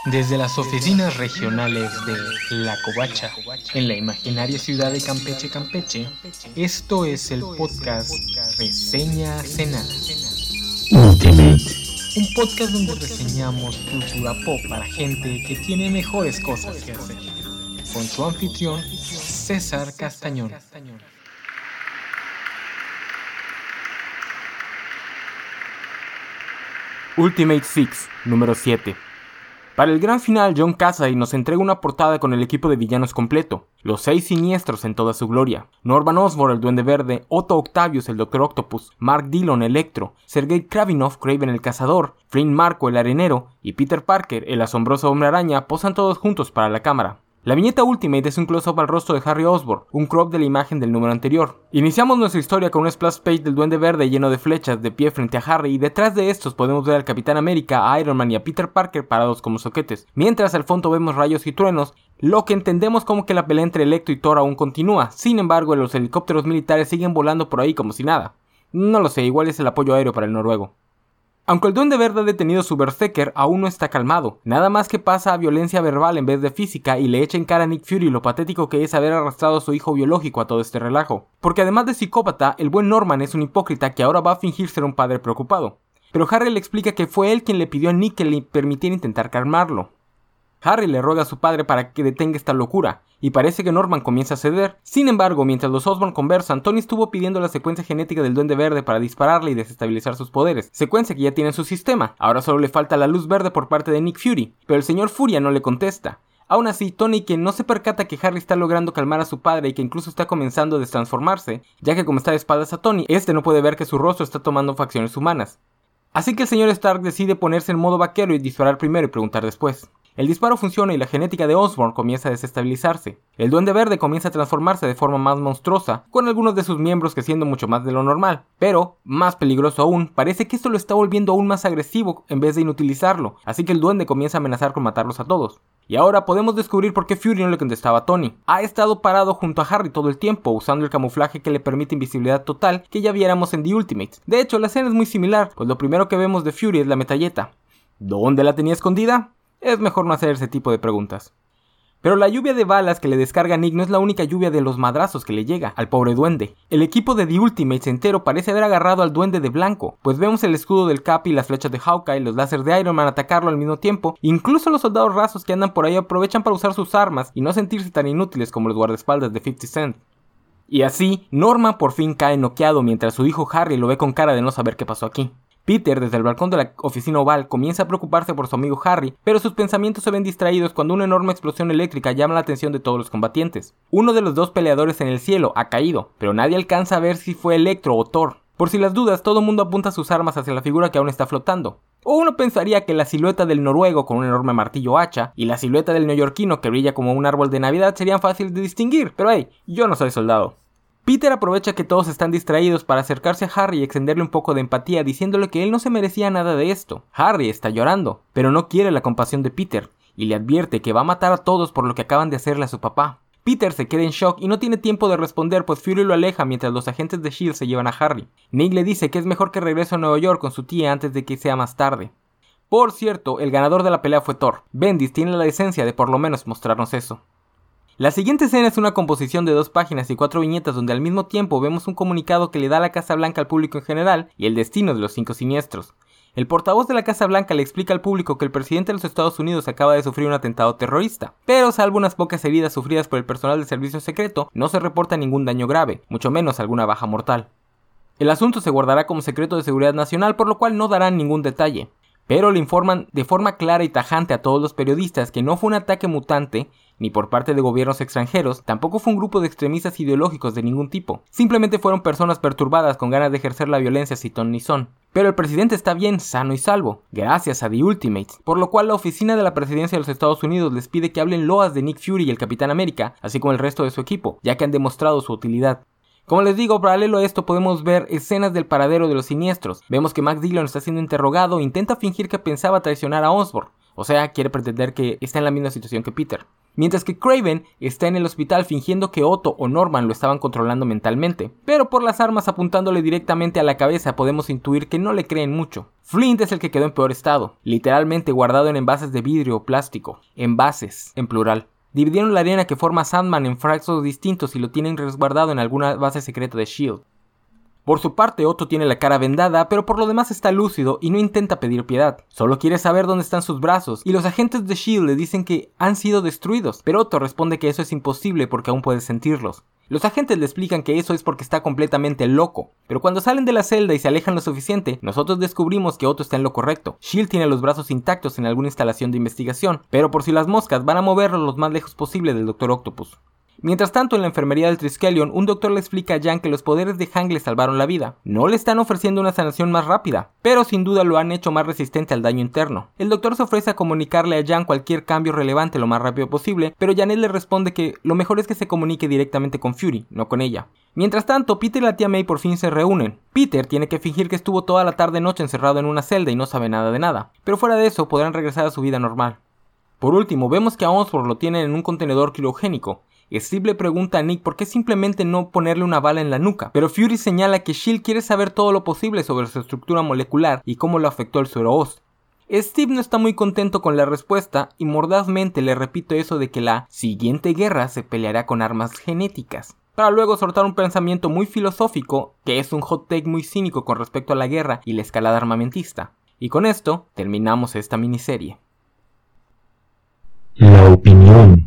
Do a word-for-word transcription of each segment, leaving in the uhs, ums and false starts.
Desde las oficinas regionales de La Covacha, en la imaginaria ciudad de Campeche, Campeche, esto es el podcast Reseña Cenada. Ultimate. Un podcast donde reseñamos cultura pop para gente que tiene mejores cosas que hacer. Con su anfitrión, César Castañón. Ultimate Six, número siete. Para el gran final, John Cassaday nos entrega una portada con el equipo de villanos completo, los seis siniestros en toda su gloria: Norman Osborn, el Duende Verde, Otto Octavius, el Doctor Octopus, Mark Dillon, Electro, Sergei Kravinov, Kraven el Cazador, Flynn Marko, el Arenero, y Peter Parker, el asombroso Hombre Araña, posan todos juntos para la cámara. La viñeta Ultimate es un close-up al rostro de Harry Osborn, un crop de la imagen del número anterior. Iniciamos nuestra historia con un splash page del Duende Verde lleno de flechas de pie frente a Harry, y detrás de estos podemos ver al Capitán América, a Iron Man y a Peter Parker parados como soquetes, mientras al fondo vemos rayos y truenos, lo que entendemos como que la pelea entre Electro y Thor aún continúa. Sin embargo, los helicópteros militares siguen volando por ahí como si nada. No lo sé, igual es el apoyo aéreo para el noruego. Aunque el Duende Verde ha detenido su Berserker, aún no está calmado, nada más que pasa a violencia verbal en vez de física y le echa en cara a Nick Fury lo patético que es haber arrastrado a su hijo biológico a todo este relajo. Porque además de psicópata, el buen Norman es un hipócrita que ahora va a fingir ser un padre preocupado. Pero Harry le explica que fue él quien le pidió a Nick que le permitiera intentar calmarlo. Harry le ruega a su padre para que detenga esta locura, y parece que Norman comienza a ceder. Sin embargo, mientras los Osborn conversan, Tony estuvo pidiendo la secuencia genética del Duende Verde para dispararle y desestabilizar sus poderes, secuencia que ya tiene en su sistema. Ahora solo le falta la luz verde por parte de Nick Fury, pero el señor Furia no le contesta. Aún así, Tony, quien no se percata que Harry está logrando calmar a su padre y que incluso está comenzando a destransformarse, ya que como está de espaldas a Tony, este no puede ver que su rostro está tomando facciones humanas. Así que el señor Stark decide ponerse en modo vaquero y disparar primero y preguntar después. El disparo funciona y la genética de Osborn comienza a desestabilizarse. El Duende Verde comienza a transformarse de forma más monstruosa, con algunos de sus miembros creciendo mucho más de lo normal. Pero, más peligroso aún, parece que esto lo está volviendo aún más agresivo en vez de inutilizarlo, así que el Duende comienza a amenazar con matarlos a todos. Y ahora podemos descubrir por qué Fury no le contestaba a Tony. Ha estado parado junto a Harry todo el tiempo, usando el camuflaje que le permite invisibilidad total que ya viéramos en The Ultimate. De hecho, la escena es muy similar, pues lo primero que vemos de Fury es la metralleta. ¿Dónde la tenía escondida? Es mejor no hacer ese tipo de preguntas. Pero la lluvia de balas que le descarga Nick no es la única lluvia de los madrazos que le llega al pobre duende. El equipo de The Ultimates entero parece haber agarrado al duende de blanco, pues vemos el escudo del Cap y las flechas de Hawkeye, los láseres de Iron Man atacarlo al mismo tiempo. Incluso los soldados rasos que andan por ahí aprovechan para usar sus armas y no sentirse tan inútiles como los guardaespaldas de cincuenta Cent. Y así, Norman por fin cae noqueado mientras su hijo Harry lo ve con cara de no saber qué pasó aquí. Peter, desde el balcón de la oficina oval, comienza a preocuparse por su amigo Harry, pero sus pensamientos se ven distraídos cuando una enorme explosión eléctrica llama la atención de todos los combatientes. Uno de los dos peleadores en el cielo ha caído, pero nadie alcanza a ver si fue Electro o Thor. Por si las dudas, todo el mundo apunta sus armas hacia la figura que aún está flotando. O uno pensaría que la silueta del noruego con un enorme martillo hacha y la silueta del neoyorquino que brilla como un árbol de Navidad serían fáciles de distinguir, pero hey, yo no soy soldado. Peter aprovecha que todos están distraídos para acercarse a Harry y extenderle un poco de empatía diciéndole que él no se merecía nada de esto. Harry está llorando, pero no quiere la compasión de Peter, y le advierte que va a matar a todos por lo que acaban de hacerle a su papá. Peter se queda en shock y no tiene tiempo de responder, pues Fury lo aleja mientras los agentes de S H I E L D se llevan a Harry. Nick le dice que es mejor que regrese a Nueva York con su tía antes de que sea más tarde. Por cierto, el ganador de la pelea fue Thor. Bendis tiene la decencia de por lo menos mostrarnos eso. La siguiente escena es una composición de dos páginas y cuatro viñetas donde al mismo tiempo vemos un comunicado que le da la Casa Blanca al público en general y el destino de los cinco siniestros. El portavoz de la Casa Blanca le explica al público que el presidente de los Estados Unidos acaba de sufrir un atentado terrorista, pero salvo unas pocas heridas sufridas por el personal del servicio secreto, no se reporta ningún daño grave, mucho menos alguna baja mortal. El asunto se guardará como secreto de seguridad nacional, por lo cual no darán ningún detalle, pero le informan de forma clara y tajante a todos los periodistas que no fue un ataque mutante, ni por parte de gobiernos extranjeros, tampoco fue un grupo de extremistas ideológicos de ningún tipo. Simplemente fueron personas perturbadas con ganas de ejercer la violencia sin ton ni son. Pero el presidente está bien, sano y salvo, gracias a The Ultimates, por lo cual la oficina de la presidencia de los Estados Unidos les pide que hablen loas de Nick Fury y el Capitán América, así como el resto de su equipo, ya que han demostrado su utilidad. Como les digo, paralelo a esto podemos ver escenas del paradero de los siniestros. Vemos que Mark Dillon está siendo interrogado e intenta fingir que pensaba traicionar a Osborn, o sea, quiere pretender que está en la misma situación que Peter. mientras que Kraven está en el hospital fingiendo que Otto o Norman lo estaban controlando mentalmente, pero por las armas apuntándole directamente a la cabeza podemos intuir que no le creen mucho. Flint es el que quedó en peor estado, literalmente guardado en envases de vidrio o plástico, envases, en plural. Dividieron la arena que forma Sandman en frascos distintos y lo tienen resguardado en alguna base secreta de S H I E L D. Por su parte, Otto tiene la cara vendada, pero por lo demás está lúcido y no intenta pedir piedad. Solo quiere saber dónde están sus brazos, y los agentes de S H I E L D le dicen que han sido destruidos, pero Otto responde que eso es imposible porque aún puede sentirlos. Los agentes le explican que eso es porque está completamente loco, pero cuando salen de la celda y se alejan lo suficiente, nosotros descubrimos que Otto está en lo correcto. S H I E L D tiene los brazos intactos en alguna instalación de investigación, pero por si las moscas van a moverlos lo más lejos posible del Doctor Octopus. Mientras tanto, en la enfermería del Triskelion, un doctor le explica a Jan que los poderes de Hank le salvaron la vida. No le están ofreciendo una sanación más rápida, pero sin duda lo han hecho más resistente al daño interno. El doctor se ofrece a comunicarle a Jan cualquier cambio relevante lo más rápido posible, pero Janet le responde que lo mejor es que se comunique directamente con Fury, no con ella. Mientras tanto, Peter y la tía May por fin se reúnen. Peter tiene que fingir que estuvo toda la tarde-noche encerrado en una celda y no sabe nada de nada, pero fuera de eso podrán regresar a su vida normal. Por último, vemos que a Osborn lo tienen en un contenedor criogénico. Steve le pregunta a Nick por qué simplemente no ponerle una bala en la nuca, pero Fury señala que S H I E L D quiere saber todo lo posible sobre su estructura molecular y cómo lo afectó el suero Oz. Steve no está muy contento con la respuesta y mordazmente le repite eso de que la siguiente guerra se peleará con armas genéticas, para luego soltar un pensamiento muy filosófico que es un hot take muy cínico con respecto a la guerra y la escalada armamentista. Y con esto terminamos esta miniserie. La opinión.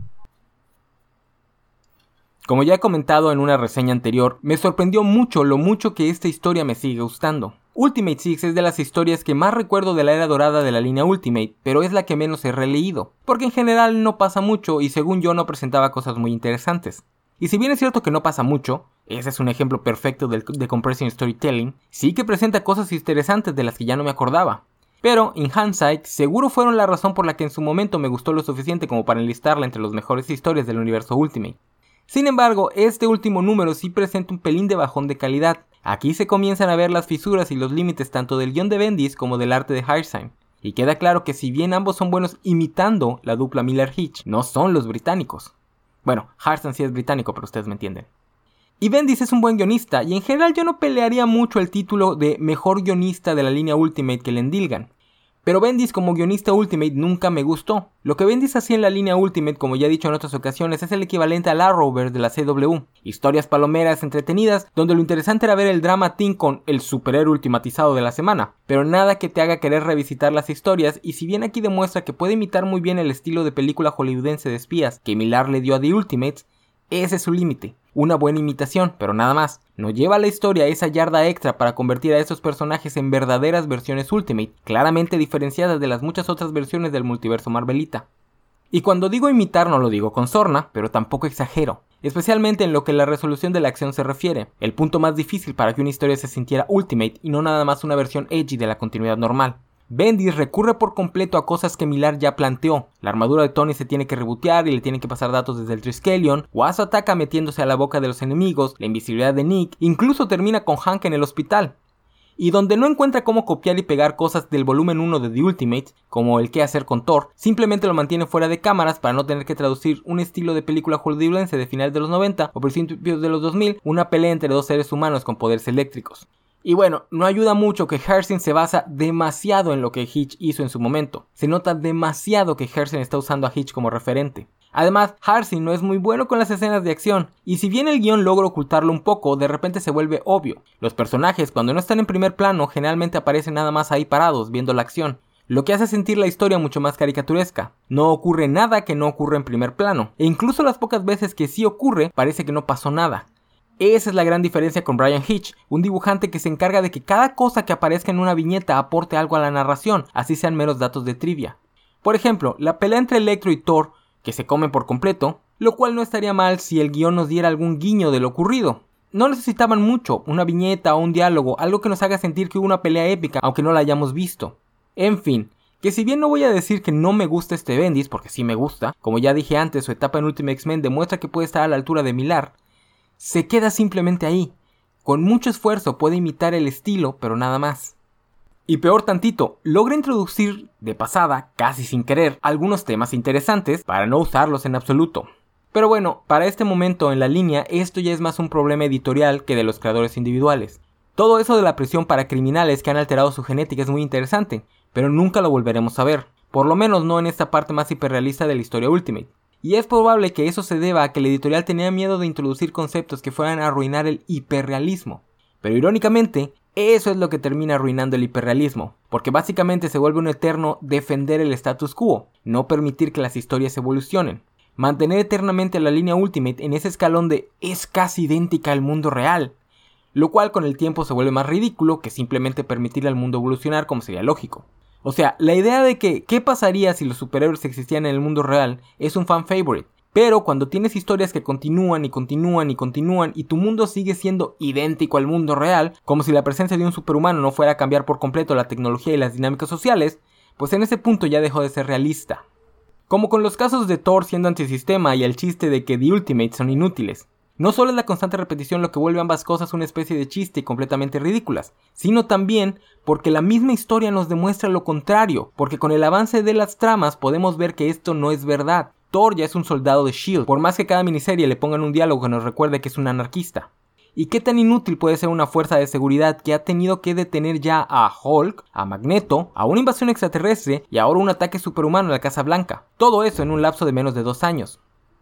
Como ya he comentado en una reseña anterior, me sorprendió mucho lo mucho que esta historia me sigue gustando. Ultimate Six es de las historias que más recuerdo de la era dorada de la línea Ultimate, pero es la que menos he releído, porque en general no pasa mucho y según yo no presentaba cosas muy interesantes. Y si bien es cierto que no pasa mucho, ese es un ejemplo perfecto del de Compression Storytelling, sí que presenta cosas interesantes de las que ya no me acordaba. Pero, in hindsight, seguro fueron la razón por la que en su momento me gustó lo suficiente como para enlistarla entre las mejores historias del universo Ultimate. Sin embargo, este último número sí presenta un pelín de bajón de calidad. Aquí se comienzan a ver las fisuras y los límites tanto del guión de Bendis como del arte de Hirschheim. Y queda claro que si bien ambos son buenos imitando la dupla Miller-Hitch, no son los británicos. Bueno, Hirschheim sí es británico, pero ustedes me entienden. Y Bendis es un buen guionista, y en general yo no pelearía mucho el título de mejor guionista de la línea Ultimate que Len Dilgan. Pero Bendis como guionista Ultimate nunca me gustó. Lo que Bendis hacía en la línea Ultimate, como ya he dicho en otras ocasiones, es el equivalente al Arrowverse de la C W. Historias palomeras entretenidas, donde lo interesante era ver el drama teen con el superhéroe ultimatizado de la semana, pero nada que te haga querer revisitar las historias, y si bien aquí demuestra que puede imitar muy bien el estilo de película hollywoodense de espías que Millar le dio a The Ultimates, ese es su límite. Una buena imitación, pero nada más. No lleva a la historia esa yarda extra para convertir a esos personajes en verdaderas versiones Ultimate, claramente diferenciadas de las muchas otras versiones del multiverso Marvelita. Y cuando digo imitar no lo digo con sorna, pero tampoco exagero, especialmente en lo que la resolución de la acción se refiere, el punto más difícil para que una historia se sintiera Ultimate y no nada más una versión edgy de la continuidad normal. Bendis recurre por completo a cosas que Millar ya planteó. La armadura de Tony se tiene que rebotear y le tienen que pasar datos desde el Triskelion. Wazo ataca metiéndose a la boca de los enemigos, la invisibilidad de Nick, incluso termina con Hank en el hospital. Y donde no encuentra cómo copiar y pegar cosas del volumen uno de The Ultimate, como el qué hacer con Thor, simplemente lo mantiene fuera de cámaras para no tener que traducir un estilo de película hollywoodense de finales de los noventa o principios de los dos mil, una pelea entre dos seres humanos con poderes eléctricos. Y bueno, no ayuda mucho que Herzen se basa demasiado en lo que Hitch hizo en su momento. Se nota demasiado que Herzen está usando a Hitch como referente. Además, Herzen no es muy bueno con las escenas de acción, y si bien el guión logra ocultarlo un poco, de repente se vuelve obvio. Los personajes, cuando no están en primer plano, generalmente aparecen nada más ahí parados, viendo la acción, lo que hace sentir la historia mucho más caricaturesca. No ocurre nada que no ocurra en primer plano, e incluso las pocas veces que sí ocurre, parece que no pasó nada. Esa es la gran diferencia con Bryan Hitch, un dibujante que se encarga de que cada cosa que aparezca en una viñeta aporte algo a la narración, así sean meros datos de trivia. Por ejemplo, la pelea entre Electro y Thor, que se comen por completo, lo cual no estaría mal si el guión nos diera algún guiño de lo ocurrido. No necesitaban mucho, una viñeta o un diálogo, algo que nos haga sentir que hubo una pelea épica, aunque no la hayamos visto. En fin, que si bien no voy a decir que no me gusta este Bendis, porque sí me gusta, como ya dije antes, su etapa en Ultimate X-Men demuestra que puede estar a la altura de Millar, se queda simplemente ahí. Con mucho esfuerzo puede imitar el estilo, pero nada más. Y peor tantito, logra introducir de pasada, casi sin querer, algunos temas interesantes para no usarlos en absoluto. Pero bueno, para este momento en la línea, esto ya es más un problema editorial que de los creadores individuales. Todo eso de la prisión para criminales que han alterado su genética es muy interesante, pero nunca lo volveremos a ver, por lo menos no en esta parte más hiperrealista de la historia Ultimate. Y es probable que eso se deba a que la editorial tenía miedo de introducir conceptos que fueran a arruinar el hiperrealismo. Pero irónicamente, eso es lo que termina arruinando el hiperrealismo, porque básicamente se vuelve un eterno defender el status quo, no permitir que las historias evolucionen, mantener eternamente la línea Ultimate en ese escalón de es casi idéntica al mundo real, lo cual con el tiempo se vuelve más ridículo que simplemente permitirle al mundo evolucionar como sería lógico. O sea, la idea de que ¿qué pasaría si los superhéroes existían en el mundo real? Es un fan favorite. Pero cuando tienes historias que continúan y continúan y continúan y tu mundo sigue siendo idéntico al mundo real, como si la presencia de un superhumano no fuera a cambiar por completo la tecnología y las dinámicas sociales, pues en ese punto ya dejó de ser realista. Como con los casos de Thor siendo antisistema y el chiste de que The Ultimates son inútiles. No solo es la constante repetición lo que vuelve ambas cosas una especie de chiste y completamente ridículas, sino también porque la misma historia nos demuestra lo contrario, porque con el avance de las tramas podemos ver que esto no es verdad. Thor ya es un soldado de S H I E L D, por más que cada miniserie le pongan un diálogo que nos recuerde que es un anarquista. ¿Y qué tan inútil puede ser una fuerza de seguridad que ha tenido que detener ya a Hulk, a Magneto, a una invasión extraterrestre y ahora un ataque superhumano a la Casa Blanca? Todo eso en un lapso de menos de dos años.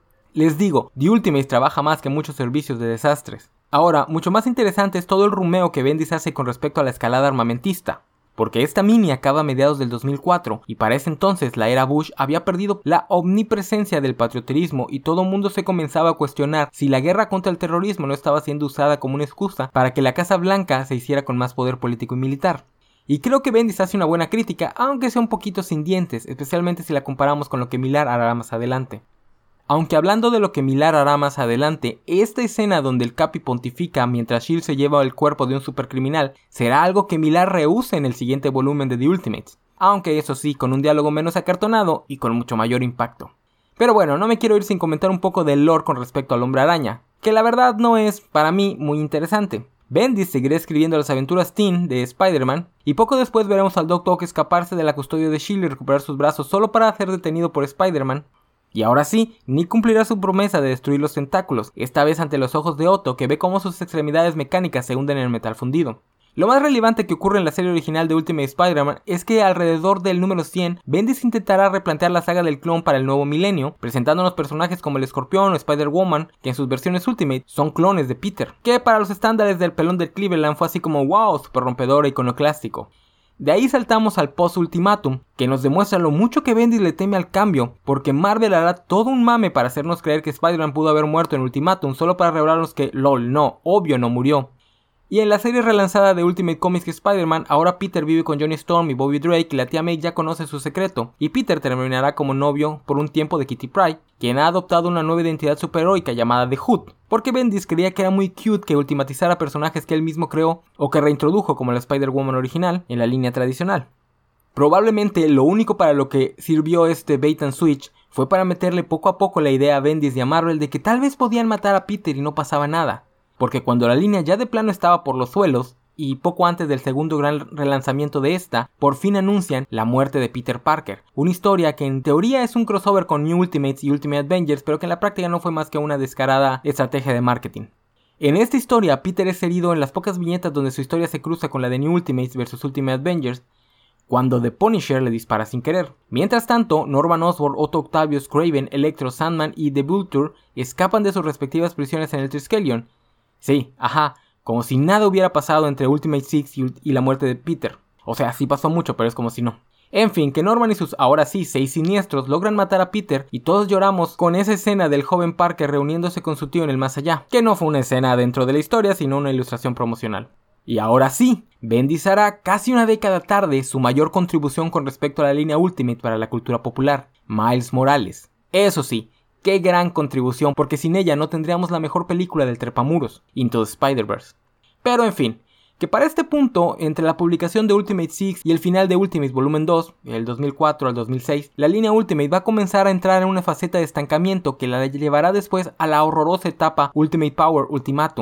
Les digo, The Ultimates trabaja más que muchos servicios de desastres. Ahora, mucho más interesante es todo el rumeo que Bendis hace con respecto a la escalada armamentista. Porque esta mini acaba a mediados del dos mil cuatro y para ese entonces la era Bush había perdido la omnipresencia del patrioterismo y todo el mundo se comenzaba a cuestionar si la guerra contra el terrorismo no estaba siendo usada como una excusa para que la Casa Blanca se hiciera con más poder político y militar. Y creo que Bendis hace una buena crítica, aunque sea un poquito sin dientes, especialmente si la comparamos con lo que Millar hará más adelante. Aunque hablando de lo que Millar hará más adelante, esta escena donde el Capi pontifica mientras S H I E L D se lleva el cuerpo de un supercriminal será algo que Millar rehúse en el siguiente volumen de The Ultimates, aunque eso sí, con un diálogo menos acartonado y con mucho mayor impacto. Pero bueno, no me quiero ir sin comentar un poco del lore con respecto al Hombre Araña, que la verdad no es, para mí, muy interesante. Bendis seguirá escribiendo las aventuras teen de Spider-Man, y poco después veremos al Doc Ock escaparse de la custodia de S H I E L D y recuperar sus brazos solo para ser detenido por Spider-Man. Y ahora sí, Nick cumplirá su promesa de destruir los tentáculos, esta vez ante los ojos de Otto, que ve cómo sus extremidades mecánicas se hunden en el metal fundido. Lo más relevante que ocurre en la serie original de Ultimate Spider-Man es que alrededor del número cien, Bendis intentará replantear la saga del clon para el nuevo milenio, presentándonos personajes como el Escorpión o Spider-Woman, que en sus versiones Ultimate son clones de Peter, que para los estándares del pelón del Cleveland fue así como wow, super rompedor e iconoclástico. De ahí saltamos al post-ultimátum, que nos demuestra lo mucho que Bendis le teme al cambio, porque Marvel hará todo un mame para hacernos creer que Spider-Man pudo haber muerto en Ultimátum solo para revelarnos que, lol, no, obvio no murió. Y en la serie relanzada de Ultimate Comics Spider-Man, ahora Peter vive con Johnny Storm y Bobby Drake y la tía May ya conoce su secreto, y Peter terminará como novio por un tiempo de Kitty Pryde, quien ha adoptado una nueva identidad superheroica llamada The Hood, porque Bendis creía que era muy cute que ultimatizara personajes que él mismo creó o que reintrodujo como la Spider-Woman original en la línea tradicional. Probablemente lo único para lo que sirvió este bait and switch fue para meterle poco a poco la idea a Bendis y a Marvel de que tal vez podían matar a Peter y no pasaba nada. Porque cuando la línea ya de plano estaba por los suelos, y poco antes del segundo gran relanzamiento de esta, por fin anuncian la muerte de Peter Parker. Una historia que en teoría es un crossover con New Ultimates y Ultimate Avengers, pero que en la práctica no fue más que una descarada estrategia de marketing. En esta historia, Peter es herido en las pocas viñetas donde su historia se cruza con la de New Ultimates versus Ultimate Avengers, cuando The Punisher le dispara sin querer. Mientras tanto, Norman Osborn, Otto Octavius, Kraven, Electro, Sandman y The Vulture escapan de sus respectivas prisiones en el Triskelion. Sí, ajá, como si nada hubiera pasado entre Ultimate Six y, y la muerte de Peter. O sea, sí pasó mucho, pero es como si no. En fin, que Norman y sus ahora sí seis siniestros logran matar a Peter y todos lloramos con esa escena del joven Parker reuniéndose con su tío en el más allá, que no fue una escena dentro de la historia, sino una ilustración promocional. Y ahora sí, Bendis hará casi una década tarde su mayor contribución con respecto a la línea Ultimate para la cultura popular, Miles Morales. Eso sí, qué gran contribución, porque sin ella no tendríamos la mejor película del trepamuros, Into the Spider-Verse. Pero en fin, que para este punto, entre la publicación de Ultimate Six y el final de Ultimate Volumen dos, del dos mil cuatro al dos mil seis, la línea Ultimate va a comenzar a entrar en una faceta de estancamiento que la llevará después a la horrorosa etapa Ultimate Power Ultimatum.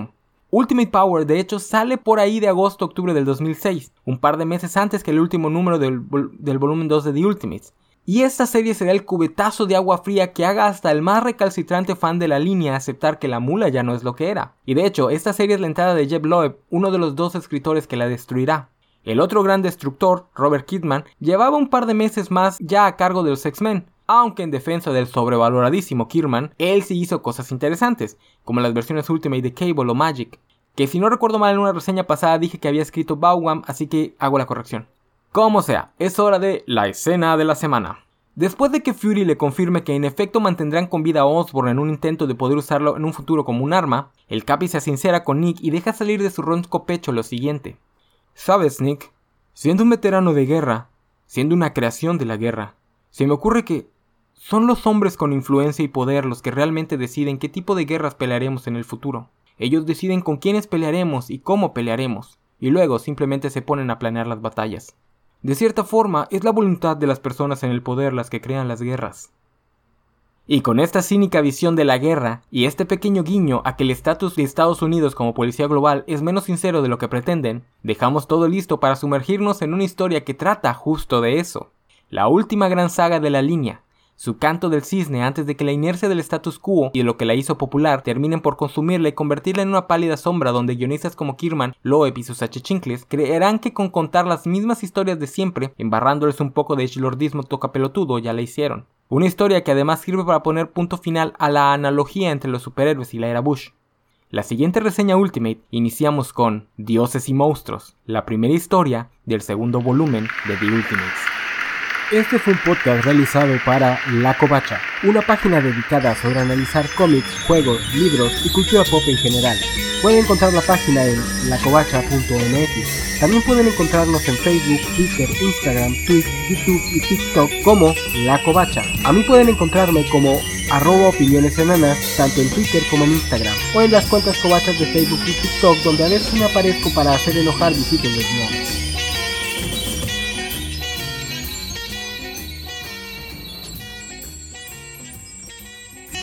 Ultimate Power de hecho sale por ahí de agosto a octubre del dos mil seis, un par de meses antes que el último número del, vol- del volumen dos de The Ultimates. Y esta serie será el cubetazo de agua fría que haga hasta el más recalcitrante fan de la línea aceptar que la mula ya no es lo que era. Y de hecho, esta serie es la entrada de Jeph Loeb, uno de los dos escritores que la destruirá. El otro gran destructor, Robert Kirkman, llevaba un par de meses más ya a cargo de los X-Men, aunque en defensa del sobrevaloradísimo Kirkman, él sí hizo cosas interesantes, como las versiones Ultimate de Cable o Magic, que si no recuerdo mal en una reseña pasada dije que había escrito Vaughan, así que hago la corrección. Como sea, es hora de la escena de la semana. Después de que Fury le confirme que en efecto mantendrán con vida a Osborn en un intento de poder usarlo en un futuro como un arma, el Capi se sincera con Nick y deja salir de su ronco pecho lo siguiente. ¿Sabes, Nick? Siendo un veterano de guerra, siendo una creación de la guerra, se me ocurre que son los hombres con influencia y poder los que realmente deciden qué tipo de guerras pelearemos en el futuro. Ellos deciden con quiénes pelearemos y cómo pelearemos, y luego simplemente se ponen a planear las batallas. De cierta forma, es la voluntad de las personas en el poder las que crean las guerras. Y con esta cínica visión de la guerra, y este pequeño guiño a que el estatus de Estados Unidos como policía global es menos sincero de lo que pretenden, dejamos todo listo para sumergirnos en una historia que trata justo de eso. La última gran saga de la línea, su canto del cisne antes de que la inercia del status quo y de lo que la hizo popular terminen por consumirla y convertirla en una pálida sombra donde guionistas como Kirkman, Loeb y sus achichincles creerán que con contar las mismas historias de siempre, embarrándoles un poco de edgelordismo tocapelotudo, ya la hicieron. Una historia que además sirve para poner punto final a la analogía entre los superhéroes y la era Bush. La siguiente reseña Ultimate iniciamos con Dioses y Monstruos, la primera historia del segundo volumen de The Ultimates. Este fue un podcast realizado para La Covacha, una página dedicada sobre analizar cómics, juegos, libros y cultura pop en general. Pueden encontrar la página en la covacha punto m x. También pueden encontrarnos en Facebook, Twitter, Instagram, Twitch, YouTube y TikTok como La Covacha. A mí pueden encontrarme como arroba opiniones enanas, tanto en Twitter como en Instagram, o en las cuentas covachas de Facebook y TikTok, donde a veces me aparezco para hacer enojar visitas lesbianas.